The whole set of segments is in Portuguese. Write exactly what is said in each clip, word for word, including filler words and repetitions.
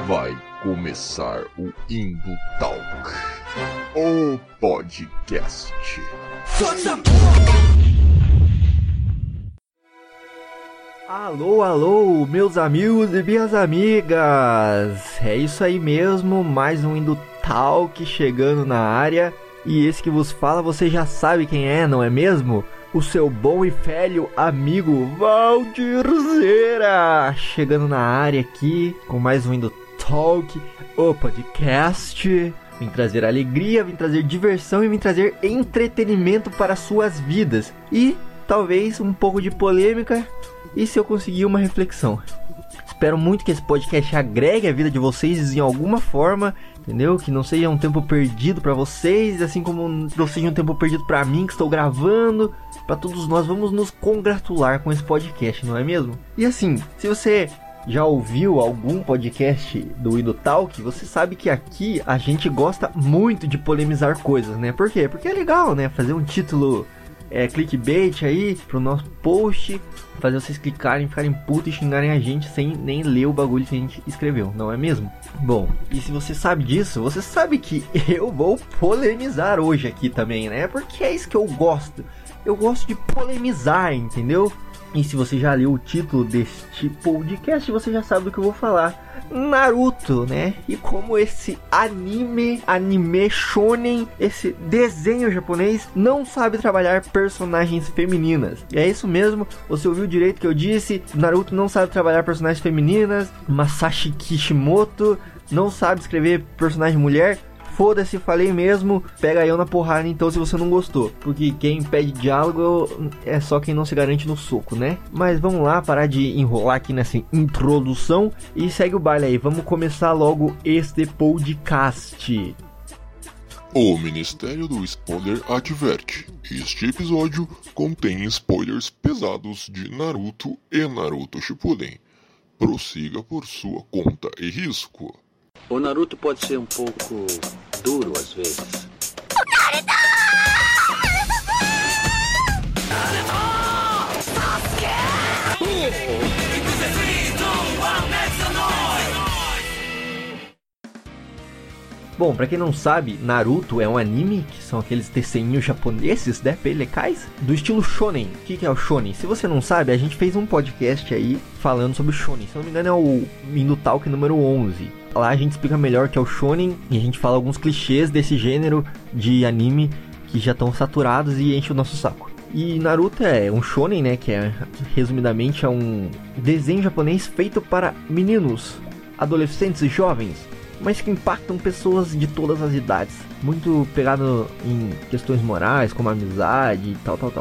Vai começar o Indo Talk, o podcast. Alô, alô, meus amigos e minhas amigas. É isso aí mesmo, mais um Indo Talk chegando na área. E esse que vos fala, você já sabe quem é, não é mesmo? O seu bom e velho amigo Valdirzeira, chegando na área aqui com mais um Indo Talk, o podcast. Vim trazer alegria, vim trazer diversão e vim trazer entretenimento para suas vidas. E talvez um pouco de polêmica e se eu conseguir uma reflexão. Espero muito que esse podcast agregue a vida de vocês em alguma forma, entendeu? Que não seja um tempo perdido para vocês, assim como não seja um tempo perdido para mim que estou gravando. Para todos nós, vamos nos congratular com esse podcast, não é mesmo? E assim, se você já ouviu algum podcast do Indo Talk, você sabe que aqui a gente gosta muito de polemizar coisas, né? Por quê? Porque é legal, né? Fazer um título é, clickbait aí pro nosso post, fazer vocês clicarem, ficarem putos e xingarem a gente sem nem ler o bagulho que a gente escreveu, não é mesmo? Bom, e se você sabe disso, você sabe que eu vou polemizar hoje aqui também, né? Porque é isso que eu gosto. Eu gosto de polemizar, entendeu? E se você já leu o título deste podcast, você já sabe do que eu vou falar. Naruto, né? E como esse anime, anime shonen, esse desenho japonês não sabe trabalhar personagens femininas. E é isso mesmo, você ouviu direito que eu disse. Naruto não sabe trabalhar personagens femininas. Masashi Kishimoto não sabe escrever personagem mulher. Foda-se, falei mesmo, pega eu na porrada então se você não gostou. Porque quem pede diálogo é só quem não se garante no soco, né? Mas vamos lá, parar de enrolar aqui nessa introdução e segue o baile aí. Vamos começar logo este podcast. O Ministério do Spoiler adverte: este episódio contém spoilers pesados de Naruto e Naruto Shippuden. Prossiga por sua conta e risco. O Naruto pode ser um pouco duro às vezes. Bom, pra quem não sabe, Naruto é um anime, que são aqueles desenhos japoneses, né, bem legais, do estilo shonen. O que, que é o shonen? Se você não sabe, a gente fez um podcast aí falando sobre o shonen. Se não me engano é o Indo Talk número onze. Lá a gente explica melhor o que é o shonen e a gente fala alguns clichês desse gênero de anime que já estão saturados e enche o nosso saco. E Naruto é um shonen, né, que é, resumidamente, é um desenho japonês feito para meninos, adolescentes e jovens, mas que impactam pessoas de todas as idades. Muito pegado em questões morais, como amizade e tal, tal, tal.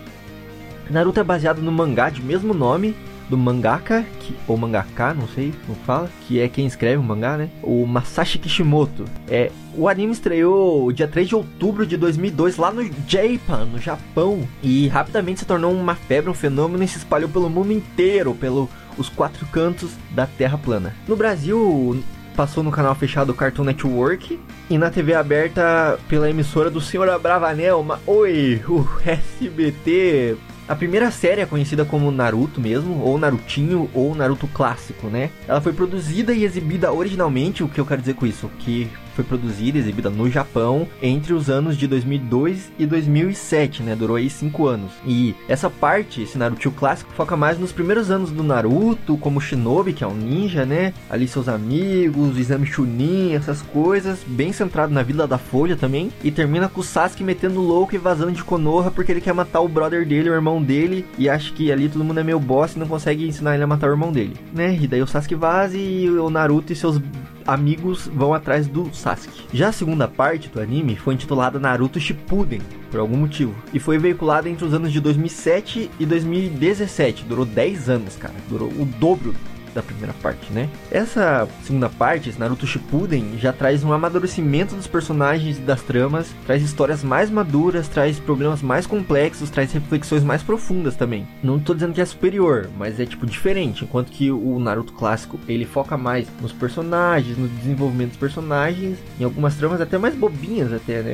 Naruto é baseado no mangá de mesmo nome, do mangaka, que, ou mangaka, não sei como fala, que é quem escreve o mangá, né? O Masashi Kishimoto. É, o anime estreou dia três de outubro de dois mil e dois lá no Japan, no Japão. E rapidamente se tornou uma febre, um fenômeno e se espalhou pelo mundo inteiro, pelos quatro cantos da Terra plana. No Brasil, passou no canal fechado Cartoon Network e na T V aberta pela emissora do senhor Abravanel, uma... Oi, o S B T. A primeira série é conhecida como Naruto mesmo, ou Narutinho, ou Naruto clássico, né? Ela foi produzida e exibida originalmente, o que eu quero dizer com isso? Que foi produzida e exibida no Japão entre os anos de dois mil e dois e dois mil e sete, né? Durou aí cinco anos. E essa parte, esse Naruto clássico, foca mais nos primeiros anos do Naruto, como Shinobi, que é um ninja, né? Ali seus amigos, o exame Chunin, essas coisas. Bem centrado na Vila da Folha também. E termina com o Sasuke metendo louco e vazando de Konoha porque ele quer matar o brother dele, o irmão dele. E acha que ali todo mundo é meio boss e não consegue ensinar ele a matar o irmão dele, né? E daí o Sasuke vaza e o Naruto e seus amigos vão atrás do Sasuke. Já a segunda parte do anime foi intitulada Naruto Shippuden, por algum motivo, e foi veiculada entre os anos de dois mil e sete e dois mil e dezessete. Durou dez anos, cara. Durou o dobro da primeira parte, né? Essa segunda parte, esse Naruto Shippuden, já traz um amadurecimento dos personagens e das tramas, traz histórias mais maduras, traz problemas mais complexos, traz reflexões mais profundas também. Não tô dizendo que é superior, mas é tipo diferente, enquanto que o Naruto clássico, ele foca mais nos personagens, no desenvolvimento dos personagens, em algumas tramas até mais bobinhas até, né?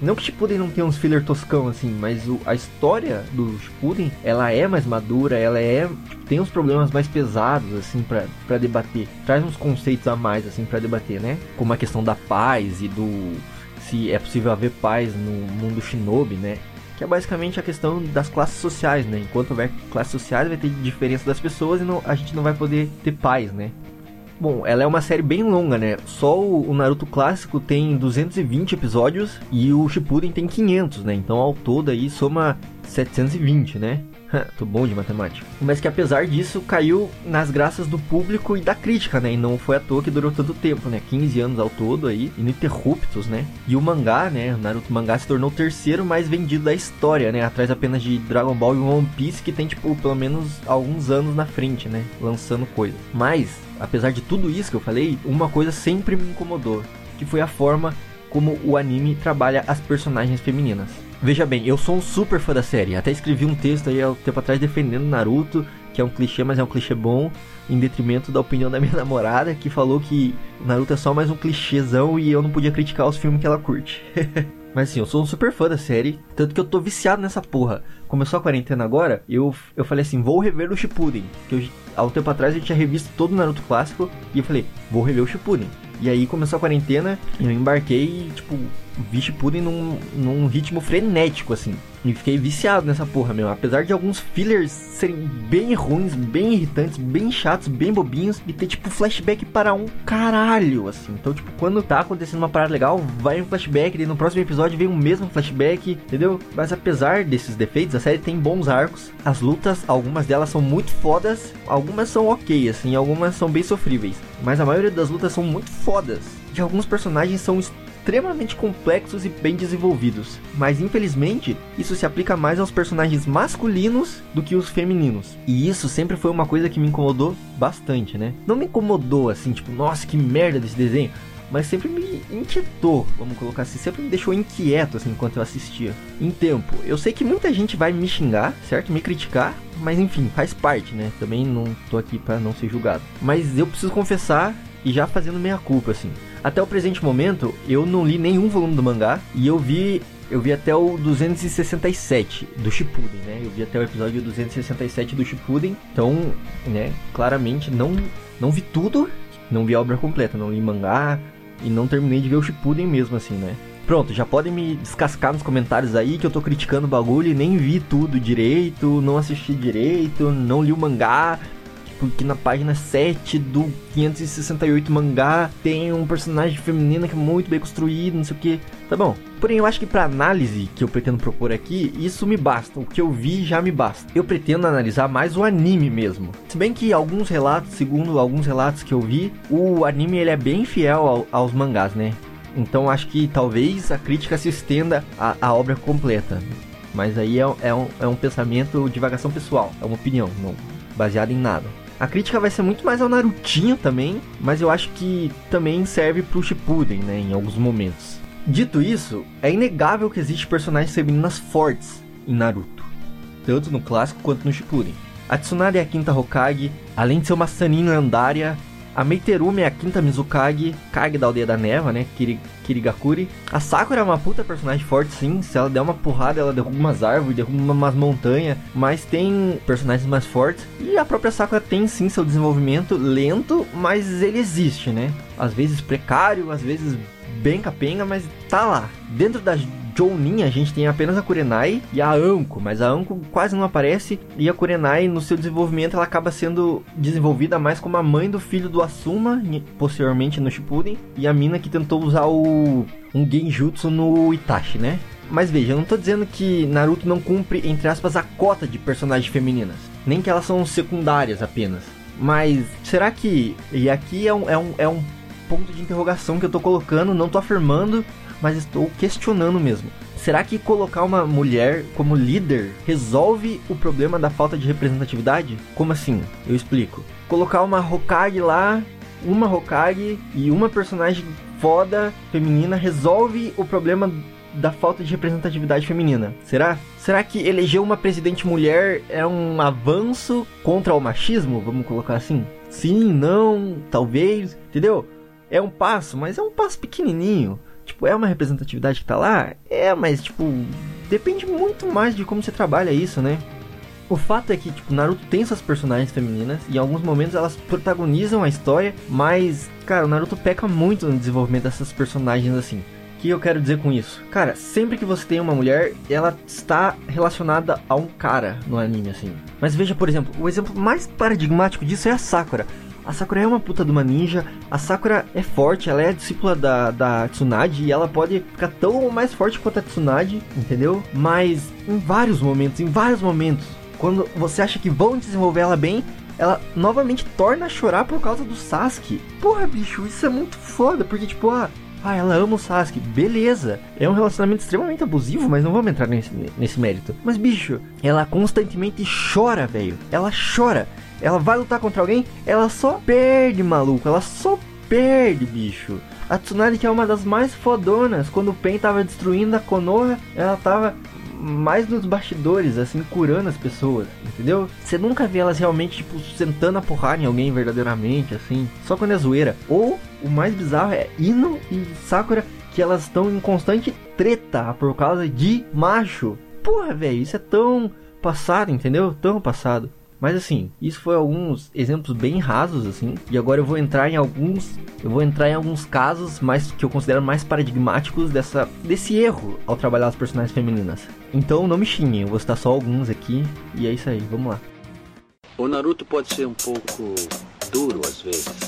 Não que Shippuden não tenha uns filler toscão, assim, mas o, a história do Shippuden, ela é mais madura, ela é... Tipo, tem uns problemas mais pesados, assim, pra, pra debater. Traz uns conceitos a mais, assim, pra debater, né? Como a questão da paz e do... se é possível haver paz no mundo shinobi, né? Que é basicamente a questão das classes sociais, né? Enquanto houver classes sociais, vai ter diferença das pessoas e não, a gente não vai poder ter paz, né? Bom, ela é uma série bem longa, né? Só o, o Naruto clássico tem duzentos e vinte episódios e o Shippuden tem quinhentos, né? Então, ao todo aí, soma setecentos e vinte, né? Tô bom de matemática. Mas que apesar disso, caiu nas graças do público e da crítica, né? E não foi à toa que durou tanto tempo, né? quinze anos ao todo aí, ininterruptos, né? E o mangá, né? O Naruto mangá se tornou o terceiro mais vendido da história, né? Atrás apenas de Dragon Ball e One Piece, que tem, tipo, pelo menos alguns anos na frente, né? Lançando coisas. Mas, apesar de tudo isso que eu falei, uma coisa sempre me incomodou, que foi a forma como o anime trabalha as personagens femininas. Veja bem, eu sou um super fã da série. Até escrevi um texto aí há um tempo atrás defendendo Naruto, que é um clichê, mas é um clichê bom, em detrimento da opinião da minha namorada, que falou que Naruto é só mais um clichêzão e eu não podia criticar os filmes que ela curte. Mas assim, eu sou um super fã da série, tanto que eu tô viciado nessa porra. Começou a quarentena agora, eu, eu falei assim, vou rever o Shippuden. Que eu, há um tempo atrás eu tinha revisto todo o Naruto clássico, e eu falei, vou rever o Shippuden. E aí começou a quarentena, e eu embarquei e, tipo, vi Shippuden num, num ritmo frenético, assim. E fiquei viciado nessa porra, meu. Apesar de alguns fillers serem bem ruins, bem irritantes, bem chatos, bem bobinhos, e ter, tipo, flashback para um caralho, assim. Então, tipo, quando tá acontecendo uma parada legal, vai um flashback, e no próximo episódio vem o mesmo flashback, entendeu? Mas apesar desses defeitos, a série tem bons arcos. As lutas, algumas delas são muito fodas, algumas são ok, assim, algumas são bem sofríveis. Mas a maioria das lutas são muito fodas. E alguns personagens são extremamente complexos e bem desenvolvidos, mas infelizmente isso se aplica mais aos personagens masculinos do que os femininos, e isso sempre foi uma coisa que me incomodou bastante, né? Não me incomodou assim, tipo, nossa, que merda desse desenho, mas sempre me inquietou, vamos colocar assim, sempre me deixou inquieto assim enquanto eu assistia. Em tempo, eu sei que muita gente vai me xingar, certo? Me criticar, mas enfim, faz parte, né? Também não tô aqui pra não ser julgado, mas eu preciso confessar, e já fazendo meia culpa, assim, até o presente momento, eu não li nenhum volume do mangá, e eu vi, eu vi até o duzentos e sessenta e sete do Shippuden, né, eu vi até o episódio duzentos e sessenta e sete do Shippuden, então, né, claramente não, não vi tudo, não vi a obra completa, não li mangá, e não terminei de ver o Shippuden mesmo, assim, né. Pronto, já podem me descascar nos comentários aí que eu tô criticando o bagulho e nem vi tudo direito, não assisti direito, não li o mangá, porque na página sete do quinhentos e sessenta e oito mangá tem um personagem feminino que é muito bem construído, não sei o que. Tá bom. Porém, eu acho que pra análise que eu pretendo propor aqui, isso me basta. O que eu vi já me basta. Eu pretendo analisar mais o anime mesmo. Se bem que alguns relatos, segundo alguns relatos que eu vi, o anime ele é bem fiel ao, aos mangás, né? Então acho que talvez a crítica se estenda à, à obra completa. Mas aí é, é, um, é um pensamento, divagação pessoal. É uma opinião, não baseada em nada. A crítica vai ser muito mais ao Narutinho também, mas eu acho que também serve pro Shippuden, né, em alguns momentos. Dito isso, é inegável que existem personagens femininas fortes em Naruto, tanto no clássico quanto no Shippuden. A Tsunade é a quinta Hokage, além de ser uma Sannin lendária. A Meiterumi é a quinta Mizukage, Kage da Aldeia da Neva, né, Kiri, Kirigakuri. A Sakura é uma puta personagem forte, sim. Se ela der uma porrada, ela derruba umas árvores, derruba umas montanhas. Mas tem personagens mais fortes. E a própria Sakura tem, sim, seu desenvolvimento lento, mas ele existe, né. Às vezes precário, às vezes bem capenga, mas tá lá. Dentro das Jounin, a gente tem apenas a Kurenai e a Anko, mas a Anko quase não aparece, e a Kurenai, no seu desenvolvimento, ela acaba sendo desenvolvida mais como a mãe do filho do Asuma, posteriormente no Shippuden, e a mina que tentou usar o um Genjutsu no Itachi, né? Mas veja, eu não tô dizendo que Naruto não cumpre, entre aspas, a cota de personagens femininas, nem que elas são secundárias apenas, mas será que, e aqui é um, é um, é um ponto de interrogação que eu tô colocando, não tô afirmando, mas estou questionando mesmo. Será que colocar uma mulher como líder resolve o problema da falta de representatividade? Como assim? Eu explico. Colocar uma Hokage lá, uma Hokage e uma personagem foda, feminina, resolve o problema da falta de representatividade feminina. Será? Será que eleger uma presidente mulher é um avanço contra o machismo? Vamos colocar assim? Sim, não, talvez, entendeu? É um passo, mas é um passo pequenininho. tipo, é uma representatividade que tá lá? É, mas, tipo, depende muito mais de como você trabalha isso, né? O fato é que, tipo, Naruto tem essas personagens femininas e em alguns momentos elas protagonizam a história, mas, cara, o Naruto peca muito no desenvolvimento dessas personagens assim. O que eu quero dizer com isso? Cara, sempre que você tem uma mulher, ela está relacionada a um cara no anime, assim. Mas veja, por exemplo, o exemplo mais paradigmático disso é a Sakura. A Sakura é uma puta de uma ninja, a Sakura é forte, ela é a discípula da, da Tsunade e ela pode ficar tão ou mais forte quanto a Tsunade, entendeu? Mas em vários momentos, em vários momentos, quando você acha que vão desenvolver ela bem, ela novamente torna a chorar por causa do Sasuke. Porra, bicho, isso é muito foda, porque tipo, ah, ah, ela ama o Sasuke, beleza. É um relacionamento extremamente abusivo, mas não vamos entrar nesse, nesse mérito. Mas, bicho, ela constantemente chora, velho. Ela chora. Ela vai lutar contra alguém, ela só perde, maluco. Ela só perde, bicho. A Tsunade, que é uma das mais fodonas, quando o Pen tava destruindo a Konoha, ela tava mais nos bastidores, assim, curando as pessoas, entendeu? Você nunca vê elas realmente, tipo, sentando a porrada em alguém verdadeiramente, assim, só quando é zoeira. Ou, o mais bizarro é Ino e Sakura, que elas estão em constante treta por causa de macho. Porra, velho, isso é tão passado, entendeu? Tão passado. Mas assim, isso foi alguns exemplos bem rasos, assim. E agora eu vou entrar em alguns. Eu vou entrar em alguns casos mais que eu considero mais paradigmáticos dessa, desse erro ao trabalhar as personagens femininas. Então não me xinguem, eu vou citar só alguns aqui. E é isso aí, vamos lá. O Naruto pode ser um pouco duro às vezes.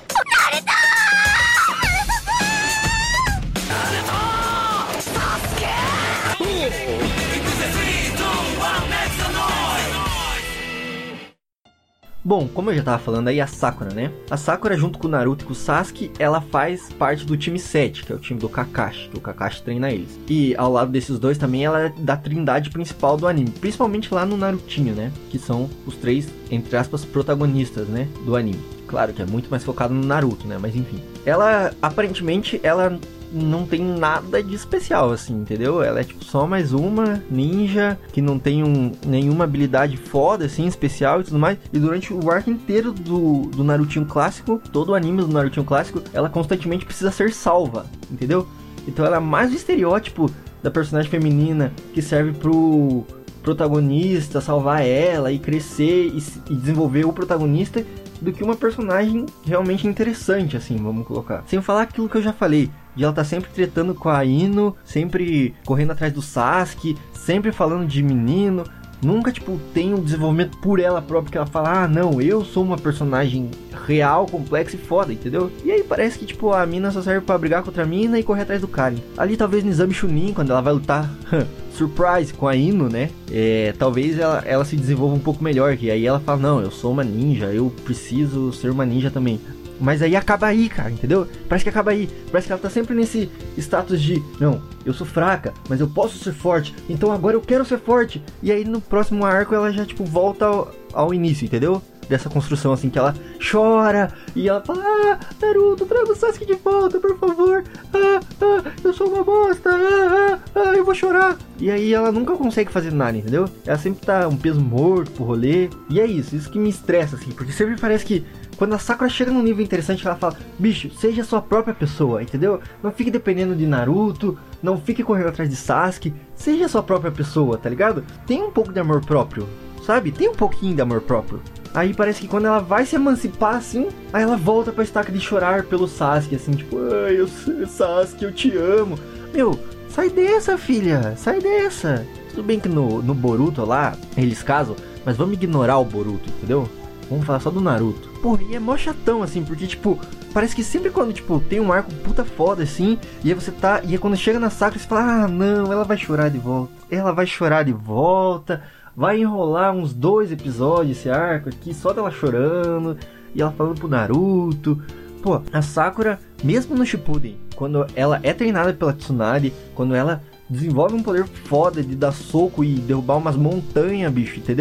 Bom, como eu já tava falando aí, a Sakura, né? A Sakura, junto com o Naruto e com o Sasuke, ela faz parte do time sete, que é o time do Kakashi, que o Kakashi treina eles. E ao lado desses dois também, ela é da trindade principal do anime, principalmente lá no Narutinho, né? Que são os três, entre aspas, protagonistas, né? Do anime. Claro que é muito mais focado no Naruto, né? Mas enfim. Ela, aparentemente, ela não tem nada de especial, assim, entendeu? Ela é tipo só mais uma ninja que não tem um, nenhuma habilidade foda, assim, especial e tudo mais. E durante o arco inteiro do, do Narutinho clássico, todo o anime do Narutinho clássico, ela constantemente precisa ser salva, entendeu? Então ela é mais o estereótipo da personagem feminina que serve pro protagonista salvar ela e crescer e, e desenvolver o protagonista, do que uma personagem realmente interessante, assim, vamos colocar. Sem falar aquilo que eu já falei, de ela tá sempre tretando com a Ino, sempre correndo atrás do Sasuke, sempre falando de menino, nunca, tipo, tem um desenvolvimento por ela própria, que ela fala, ah, não, eu sou uma personagem real, complexa e foda, entendeu? E aí parece que, tipo, a mina só serve pra brigar contra a mina e correr atrás do Karen. Ali, talvez, no Exame Chunin, quando ela vai lutar, surprise, com a Ino, né? É, talvez ela, ela se desenvolva um pouco melhor, que aí ela fala, não, eu sou uma ninja, eu preciso ser uma ninja também. Mas aí acaba aí, cara, entendeu? Parece que acaba aí. Parece que ela tá sempre nesse status de, não, eu sou fraca, mas eu posso ser forte, então agora eu quero ser forte. E aí no próximo arco ela já, tipo, volta ao, ao início, entendeu? Dessa construção, assim, que ela chora e ela fala, ah, Naruto, traga o Sasuke de volta, por favor. Ah, ah, eu sou uma bosta, ah, ah, ah, eu vou chorar. E aí ela nunca consegue fazer nada, entendeu? Ela sempre tá um peso morto pro rolê. E é isso, isso que me estressa, assim, porque sempre parece que quando a Sakura chega num nível interessante, ela fala, bicho, seja a sua própria pessoa, entendeu? Não fique dependendo de Naruto, não fique correndo atrás de Sasuke, seja a sua própria pessoa, tá ligado? Tem um pouco de amor próprio, sabe? Tem um pouquinho de amor próprio. Aí parece que quando ela vai se emancipar, assim, aí ela volta pra estaca de chorar pelo Sasuke, assim, tipo, ai, eu, Sasuke, eu te amo. Meu, sai dessa, filha, sai dessa. Tudo bem que no, no Boruto lá, eles casam, mas vamos ignorar o Boruto, entendeu? Vamos falar só do Naruto. Porra, e é mó chatão, assim, porque, tipo, parece que sempre quando, tipo, tem um arco puta foda, assim, e aí você tá... E aí quando chega na Sakura, você fala, ah, não, ela vai chorar de volta. Ela vai chorar de volta. Vai enrolar uns dois episódios esse arco aqui, só dela chorando, e ela falando pro Naruto. Pô, a Sakura, mesmo no Shippuden, quando ela é treinada pela Tsunade, quando ela desenvolve um poder foda de dar soco e derrubar umas montanhas, bicho, entendeu?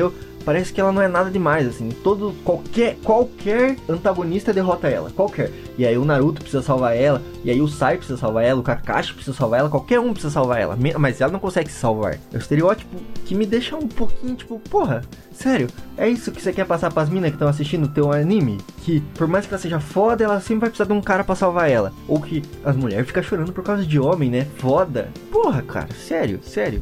parece que ela não é nada demais, assim. Todo, qualquer, qualquer antagonista derrota ela, qualquer. E aí o Naruto precisa salvar ela, e aí o Sai precisa salvar ela, o Kakashi precisa salvar ela, qualquer um precisa salvar ela, mas ela não consegue se salvar. É o estereótipo que me deixa um pouquinho, tipo, porra, sério, é isso que você quer passar pras minas que estão assistindo o teu anime? Que por mais que ela seja foda, ela sempre vai precisar de um cara pra salvar ela. Ou que as mulheres ficam chorando por causa de homem, né? Foda. Porra, cara, sério, sério.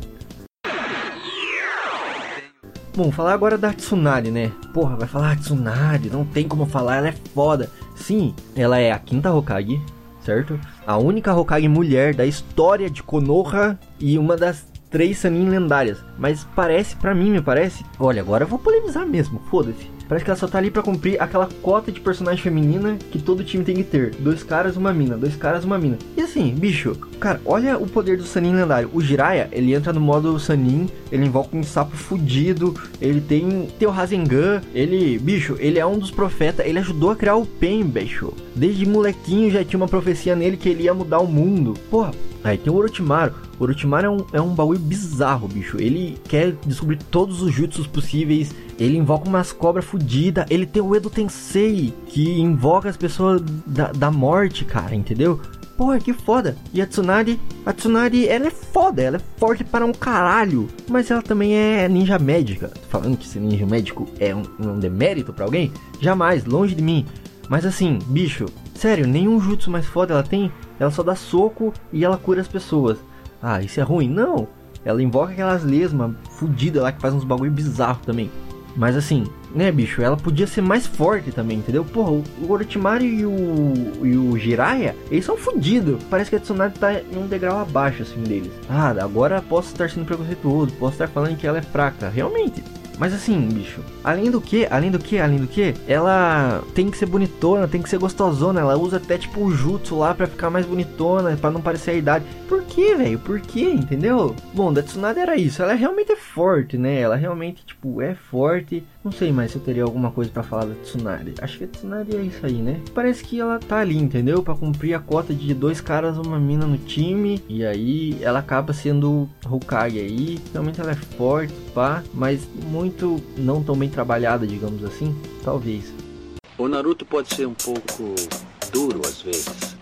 Bom, falar agora da Tsunade, né? Porra, vai falar ah, Tsunade, não tem como falar, ela é foda. Sim, ela é a quinta Hokage, certo? A única Hokage mulher da história de Konoha e uma das três Sannin lendárias. Mas parece, pra mim me parece... Olha, agora eu vou polemizar mesmo, foda-se. Parece que ela só tá ali pra cumprir aquela cota de personagem feminina que todo time tem que ter. Dois caras, uma mina. Dois caras, uma mina. E assim, bicho, cara, olha o poder do Sannin lendário. O Jiraiya, ele entra no modo Sannin, ele invoca um sapo fudido, ele tem, tem o Rasengan, ele, bicho, ele é um dos profetas, ele ajudou a criar o Pen, bicho. Desde molequinho já tinha uma profecia nele que ele ia mudar o mundo. Porra, aí tem o Orochimaru. O Orochimaru é um, é um bagulho bizarro, bicho. Ele quer descobrir todos os jutsus possíveis. Ele invoca umas cobras fodidas. Ele tem o Edo Tensei, que invoca as pessoas da, da morte, cara, entendeu? Porra, que foda. E a Tsunade, a Tsunade, ela é foda, ela é forte para um caralho. Mas ela também é ninja médica. Tô falando que ser ninja médico é um, um demérito pra alguém? Jamais, longe de mim. Mas assim, bicho, sério, nenhum jutsu mais foda ela tem. Ela só dá soco e ela cura as pessoas. Ah, isso é ruim? Não. Ela invoca aquelas lesmas fodidas lá que faz uns bagulho bizarro também. Mas assim, né, bicho, ela podia ser mais forte também, entendeu? Porra, o Orochimaru e o, e o Jiraiya, eles são fodidos. Parece que a Tsunade tá em um degrau abaixo, assim, deles. Ah, agora posso estar sendo preconceituoso, posso estar falando que ela é fraca. Realmente. Mas assim, bicho, além do que, além do que, além do que, ela tem que ser bonitona, tem que ser gostosona. Ela usa até tipo o jutsu lá pra ficar mais bonitona, pra não parecer a idade. Por que, velho? Por que, entendeu? Bom, da Tsunade era isso, ela realmente é forte, né? Ela realmente, tipo, é forte. Não sei mais se eu teria alguma coisa pra falar da Tsunade. Acho que a Tsunade é isso aí, né? Parece que ela tá ali, entendeu? Pra cumprir a cota de dois caras, uma mina no time. E aí ela acaba sendo Hokage aí. Realmente ela é forte, pá, mas muito não tão bem trabalhada, digamos assim. Talvez. O Naruto pode ser um pouco duro às vezes.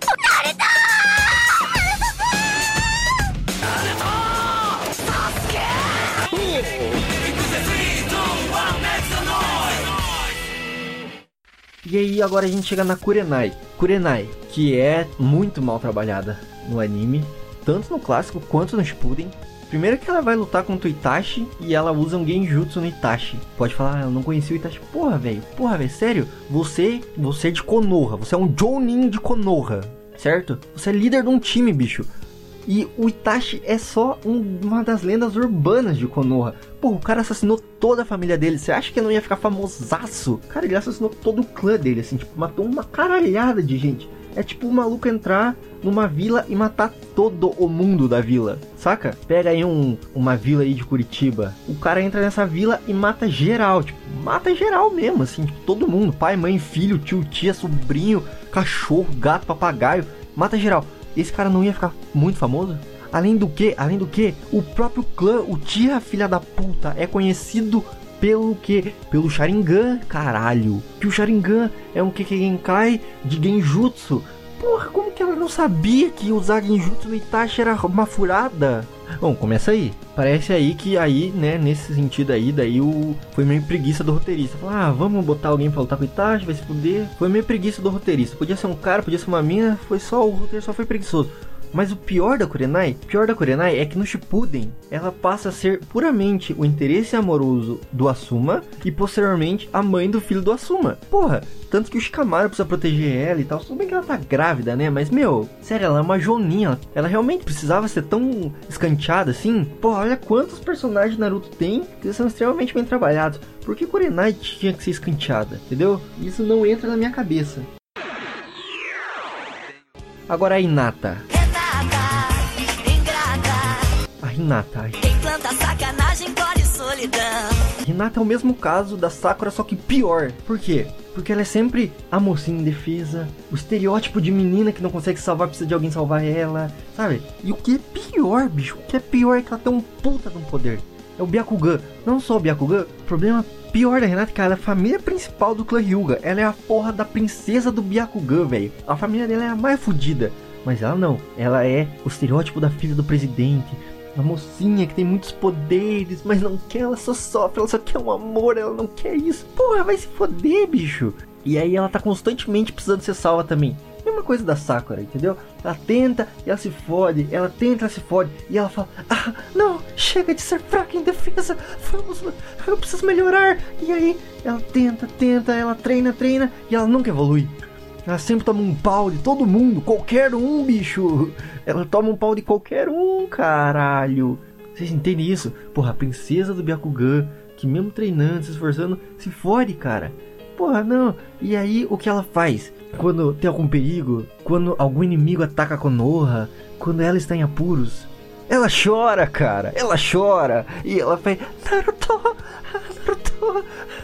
E aí agora a gente chega na Kurenai. Kurenai, que é muito mal trabalhada no anime, tanto no clássico quanto no Shippuden. Primeiro que ela vai lutar contra o Itachi e ela usa um Genjutsu no Itachi. Pode falar, ah, eu não conheci o Itachi. Porra, velho, porra, velho, sério? Você, você é de Konoha, você é um Jounin de Konoha, certo? Você é líder de um time, bicho. E o Itachi é só um, uma das lendas urbanas de Konoha. Pô, o cara assassinou toda a família dele. Você acha que não ia ficar famosaço? Cara, ele assassinou todo o clã dele, assim, tipo, matou uma caralhada de gente. É tipo o maluco entrar numa vila e matar todo o mundo da vila, saca? Pega aí um, uma vila aí de Curitiba. O cara entra nessa vila e mata geral, tipo, mata geral mesmo, assim, tipo, todo mundo. Pai, mãe, filho, tio, tia, sobrinho, cachorro, gato, papagaio. Mata geral. Esse cara não ia ficar muito famoso? Além do que, além do que, o próprio clã, o Tira filha da puta, é conhecido pelo que? Pelo Sharingan, caralho. Que o Sharingan é um Kekkei de Genjutsu. Porra, como que ela não sabia que usar Genjutsu no Itachi era uma furada? Bom, começa aí. Parece aí que aí, né, nesse sentido aí, daí o... foi meio preguiça do roteirista. Falou, ah, vamos botar alguém pra lutar com o Itachi, vai se fuder. Foi meio preguiça do roteirista. Podia ser um cara, podia ser uma mina, foi só, o roteiro só foi preguiçoso. Mas o pior da Kurenai, o pior da Kurenai é que no Shippuden, ela passa a ser puramente o interesse amoroso do Asuma e posteriormente a mãe do filho do Asuma. Porra, tanto que o Shikamaru precisa proteger ela e tal. Tudo bem que ela tá grávida, né? Mas, meu, sério, ela é uma joninha. Ela realmente precisava ser tão escanteada assim? Porra, olha quantos personagens Naruto tem que são extremamente bem trabalhados. Por que Kurenai tinha que ser escanteada? Entendeu? Isso não entra na minha cabeça. Agora a Hinata. Hinata. Quem planta sacanagem colhe solidão. Hinata é o mesmo caso da Sakura, só que pior. Por quê? Porque ela é sempre a mocinha indefesa, o estereótipo de menina que não consegue salvar, precisa de alguém salvar ela, sabe? E o que é pior, bicho, o que é pior é que ela tem um puta de um poder. é o Byakugan. Não só o Byakugan, o problema pior da Hinata, cara, ela é a família principal do clã Hyuga. Ela é a porra da princesa do Byakugan, velho. A família dela é a mais fodida. Mas ela não, ela é o estereótipo da filha do presidente. A mocinha que tem muitos poderes, mas não quer, ela só sofre, ela só quer um amor, ela não quer isso. Porra, vai se foder, bicho. E aí ela tá constantemente precisando ser salva também. Mesma coisa da Sakura, entendeu? Ela tenta e ela se fode, ela tenta e ela se fode. E ela fala, ah, não, chega de ser fraca em defesa, vamos, eu preciso melhorar. E aí ela tenta, tenta, ela treina, treina e ela nunca evolui. Ela sempre toma um pau de todo mundo, qualquer um, bicho. Ela toma um pau de qualquer um, caralho. Vocês entendem isso? Porra, a princesa do Byakugan, que mesmo treinando, se esforçando, se fode, cara. Porra, não. E aí, o que ela faz? Quando tem algum perigo, quando algum inimigo ataca a Konoha, quando ela está em apuros, ela chora, cara. Ela chora. E ela faz, Naruto, Naruto.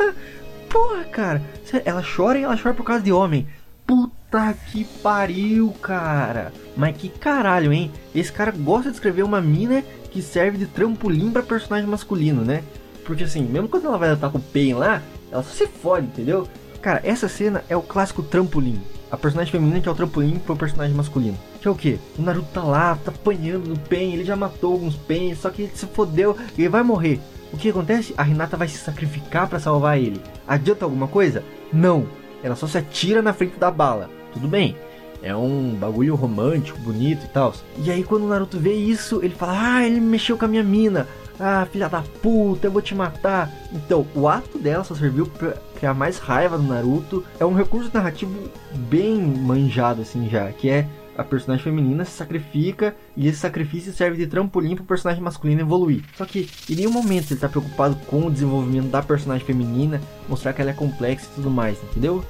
Porra, cara. Ela chora e ela chora por causa de homem. Puta que pariu, cara. Mas que caralho, hein? Esse cara gosta de escrever uma mina que serve de trampolim pra personagem masculino, né? Porque assim, mesmo quando ela vai lutar com o Pain lá, ela só se fode, entendeu? Cara, essa cena é o clássico trampolim. A personagem feminina que é o trampolim pro personagem masculino. Que é o quê? O Naruto tá lá, tá apanhando no Pain, ele já matou alguns Pain, só que ele se fodeu e ele vai morrer. O que acontece? A Hinata vai se sacrificar pra salvar ele. Adianta alguma coisa? Não. Ela só se atira na frente da bala. Tudo bem, é um bagulho romântico, bonito e tal. E aí quando o Naruto vê isso, ele fala, ah, ele mexeu com a minha mina. Ah, filha da puta, eu vou te matar. Então, o ato dela só serviu pra criar mais raiva no Naruto. É um recurso narrativo bem manjado assim já, que é a personagem feminina se sacrifica e esse sacrifício serve de trampolim pro personagem masculino evoluir. Só que em nenhum momento ele tá preocupado com o desenvolvimento da personagem feminina, mostrar que ela é complexa e tudo mais, entendeu?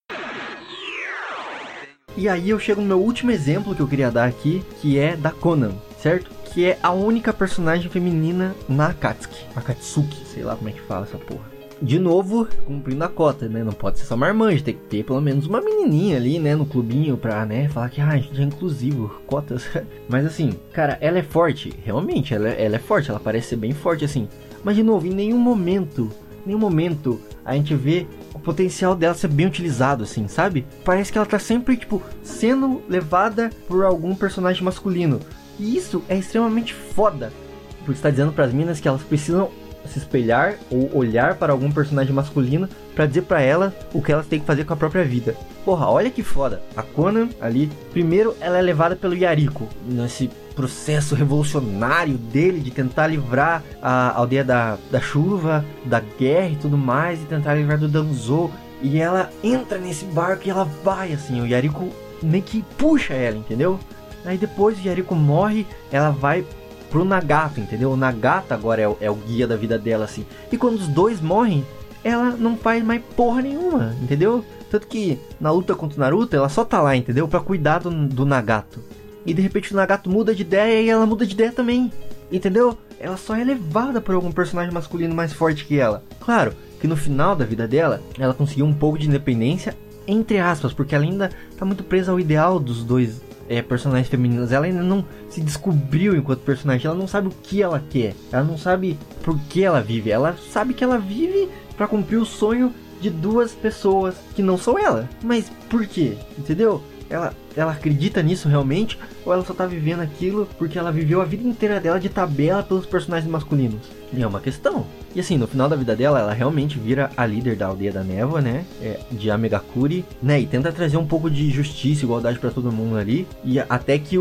E aí eu chego no meu último exemplo que eu queria dar aqui, que é da Konan, certo? Que é a única personagem feminina na Akatsuki, Akatsuki, sei lá como é que fala essa porra. De novo, cumprindo a cota, né? Não pode ser só marmanja, tem que ter pelo menos uma menininha ali, né? No clubinho pra, né? Falar que, ah, a gente é inclusivo, cotas. Mas assim, cara, ela é forte. Realmente, ela, ela é forte, ela parece ser bem forte, assim. Mas de novo, em nenhum momento, nenhum momento a gente vê o potencial dela ser bem utilizado, assim, sabe? Parece que ela tá sempre, tipo, sendo levada por algum personagem masculino. E isso é extremamente foda. Porque você tá dizendo pras minas que elas precisam se espelhar ou olhar para algum personagem masculino para dizer para elas o que elas têm que fazer com a própria vida. Porra, olha que foda. A Konan ali, primeiro ela é levada pelo Yariko nesse processo revolucionário dele de tentar livrar a aldeia da, da chuva, da guerra e tudo mais, e tentar livrar do Danzo. E ela entra nesse barco e ela vai assim, o Yariko meio que puxa ela, entendeu? Aí depois o Yariko morre, ela vai pro Nagato, entendeu? O Nagato agora é o, é o guia da vida dela, assim. E quando os dois morrem, ela não faz mais porra nenhuma, entendeu? Tanto que na luta contra o Naruto, ela só tá lá, entendeu? Pra cuidar do, do Nagato. E de repente o Nagato muda de ideia e ela muda de ideia também, entendeu? Ela só é levada por algum personagem masculino mais forte que ela. Claro que no final da vida dela, ela conseguiu um pouco de independência, entre aspas, porque ela ainda tá muito presa ao ideal dos dois É, personagens femininos. Ela ainda não se descobriu enquanto personagem. Ela não sabe o que ela quer. Ela não sabe por que ela vive. Ela sabe que ela vive para cumprir o sonho de duas pessoas que não são ela. Mas por quê? Entendeu? Ela, ela acredita nisso realmente? Ou ela só tá vivendo aquilo porque ela viveu a vida inteira dela de tabela pelos personagens masculinos? E é uma questão. E assim, no final da vida dela, ela realmente vira a líder da aldeia da névoa, né? É, de Amegakuri, né? E tenta trazer um pouco de justiça e igualdade pra todo mundo ali. E até que o,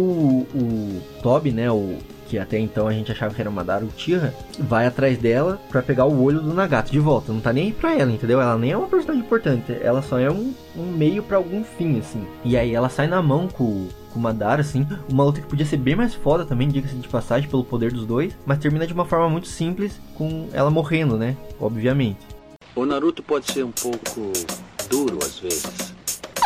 o Tobi, né? O, que até então a gente achava que era o Madara Uchiha, vai atrás dela pra pegar o olho do Nagato de volta. Não tá nem aí pra ela, entendeu? Ela nem é uma personagem importante. Ela só é um, um meio pra algum fim, assim. E aí ela sai na mão com... com o Madara, assim, uma luta que podia ser bem mais foda também, diga-se de passagem, pelo poder dos dois, mas termina de uma forma muito simples, com ela morrendo, né, obviamente. O Naruto pode ser um pouco duro às vezes.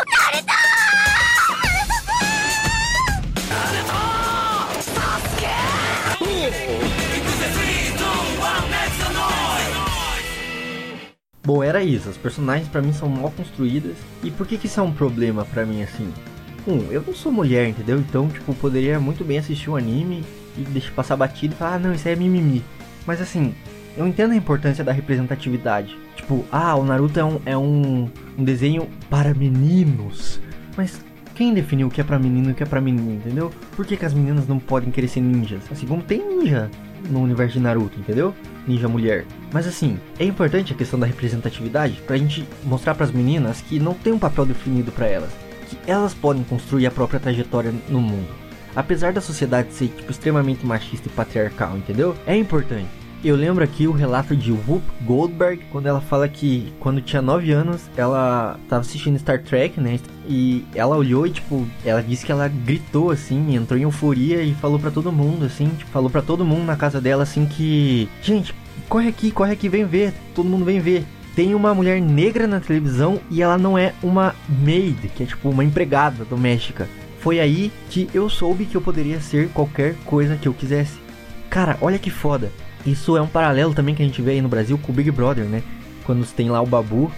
Bom, era isso, as personagens pra mim são mal construídas, e por que que isso é um problema pra mim, assim? Um, eu não sou mulher, entendeu? Então, tipo, poderia muito bem assistir um anime e deixar passar batido e falar, ah, não, isso aí é mimimi. Mas assim, eu entendo a importância da representatividade. Tipo, ah, o Naruto é um, é um, um desenho para meninos. Mas quem definiu o que é pra menino e o que é pra menina, entendeu? Por que, que as meninas não podem querer ser ninjas? Assim como tem ninja no universo de Naruto, entendeu? Ninja mulher. Mas assim, é importante a questão da representatividade pra gente mostrar pras meninas que não tem um papel definido pra elas. Que elas podem construir a própria trajetória no mundo. Apesar da sociedade ser tipo, extremamente machista e patriarcal, entendeu? É importante. Eu lembro aqui o relato de Whoopi Goldberg, quando ela fala que quando tinha nove anos, ela tava assistindo Star Trek, né? E ela olhou e, tipo, ela disse que ela gritou, assim, entrou em euforia e falou pra todo mundo, assim, tipo, falou pra todo mundo na casa dela, assim, que... Gente, corre aqui, corre aqui, vem ver, todo mundo vem ver. Tem uma mulher negra na televisão e ela não é uma maid, que é, tipo, uma empregada doméstica. Foi aí que eu soube que eu poderia ser qualquer coisa que eu quisesse. Cara, olha que foda. Isso é um paralelo também que a gente vê aí no Brasil com o Big Brother, né? Quando tem lá o Babu,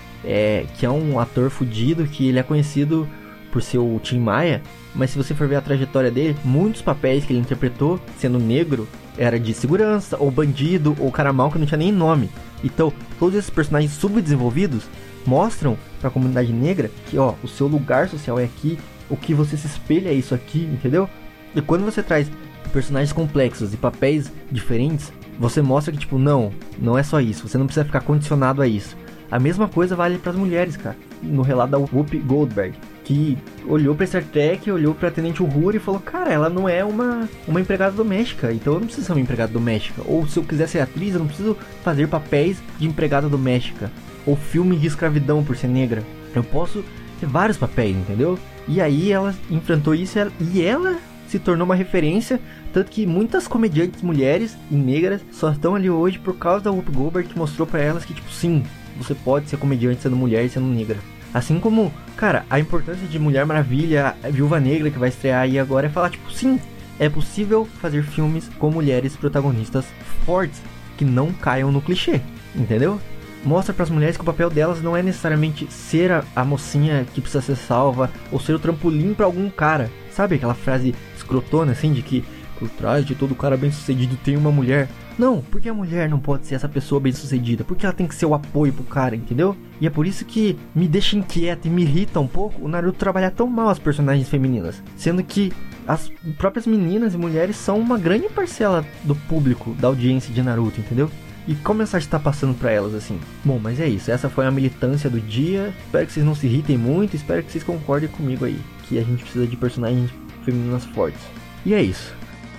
é, que é um ator fudido, que ele é conhecido por ser o Tim Maia, mas se você for ver a trajetória dele, muitos papéis que ele interpretou, sendo negro, era de segurança, ou bandido, ou cara mal que não tinha nem nome. Então, todos esses personagens subdesenvolvidos mostram pra comunidade negra que, ó, o seu lugar social é aqui, o que você se espelha é isso aqui, entendeu? E quando você traz personagens complexos e papéis diferentes, você mostra que, tipo, não, não é só isso, você não precisa ficar condicionado a isso. A mesma coisa vale para as mulheres, cara. No relato da Whoopi Goldberg, que olhou pra Star Trek, olhou pra Tenente Uhura e falou, cara, ela não é uma, uma empregada doméstica, então eu não preciso ser uma empregada doméstica. Ou se eu quiser ser atriz, eu não preciso fazer papéis de empregada doméstica. Ou filme de escravidão por ser negra. Eu posso ter vários papéis, entendeu? E aí ela enfrentou isso e ela se tornou uma referência, tanto que muitas comediantes mulheres e negras só estão ali hoje por causa da Whoopi Goldberg, que mostrou pra elas que, tipo, sim, você pode ser comediante sendo mulher e sendo negra. Assim como, cara, a importância de Mulher Maravilha, a Viúva Negra que vai estrear aí agora é falar, tipo, sim, é possível fazer filmes com mulheres protagonistas fortes, que não caiam no clichê, entendeu? Mostra pras mulheres que o papel delas não é necessariamente ser a, a mocinha que precisa ser salva, ou ser o trampolim pra algum cara. Sabe aquela frase escrotona, assim, de que por trás de todo cara bem sucedido tem uma mulher? Não, porque a mulher não pode ser essa pessoa bem sucedida, porque ela tem que ser o apoio pro cara, entendeu? E é por isso que me deixa inquieta e me irrita um pouco o Naruto trabalhar tão mal as personagens femininas, sendo que as próprias meninas e mulheres são uma grande parcela do público, da audiência de Naruto, entendeu? E qual mensagem está passando pra elas, assim? Bom, mas é isso, essa foi a militância do dia. Espero que vocês não se irritem muito, espero que vocês concordem comigo aí, que a gente precisa de personagens femininas fortes. E é isso.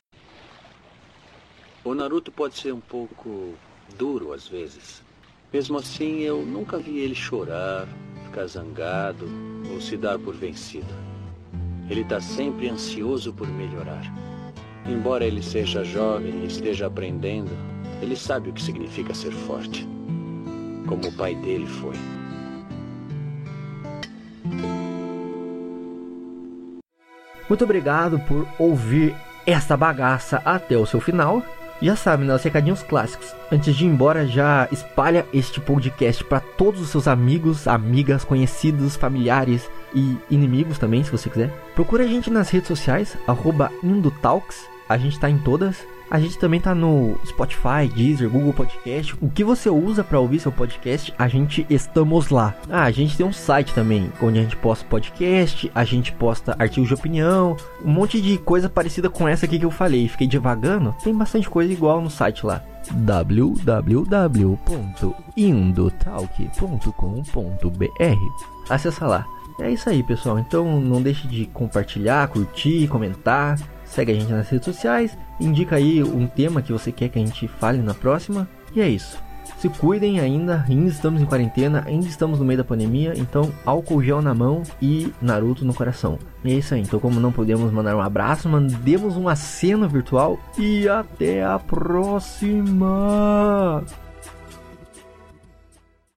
O Naruto pode ser um pouco duro às vezes. Mesmo assim, eu nunca vi ele chorar, ficar zangado ou se dar por vencido. Ele está sempre ansioso por melhorar. Embora ele seja jovem e esteja aprendendo, ele sabe o que significa ser forte, como o pai dele foi. Muito obrigado por ouvir essa bagaça até o seu final. Já sabe, né, os recadinhos clássicos. Antes de ir embora, já espalha este podcast para todos os seus amigos, amigas, conhecidos, familiares e inimigos também, se você quiser. Procura a gente nas redes sociais, arroba Indotalks. A gente tá em todas. A gente também tá no Spotify, Deezer, Google Podcast. O que você usa para ouvir seu podcast, a gente estamos lá. Ah, a gente tem um site também, onde a gente posta podcast, a gente posta artigos de opinião, um monte de coisa parecida com essa aqui que eu falei. Fiquei devagando, tem bastante coisa igual no site lá. w w w ponto indotalk ponto com ponto b r. Acessa lá. É isso aí, pessoal. Então não deixe de compartilhar, curtir, comentar. Segue a gente nas redes sociais, indica aí um tema que você quer que a gente fale na próxima. E é isso. Se cuidem ainda, ainda estamos em quarentena, ainda estamos no meio da pandemia, então álcool gel na mão e Naruto no coração. E é isso aí, então como não podemos mandar um abraço, mandemos um aceno virtual e até a próxima!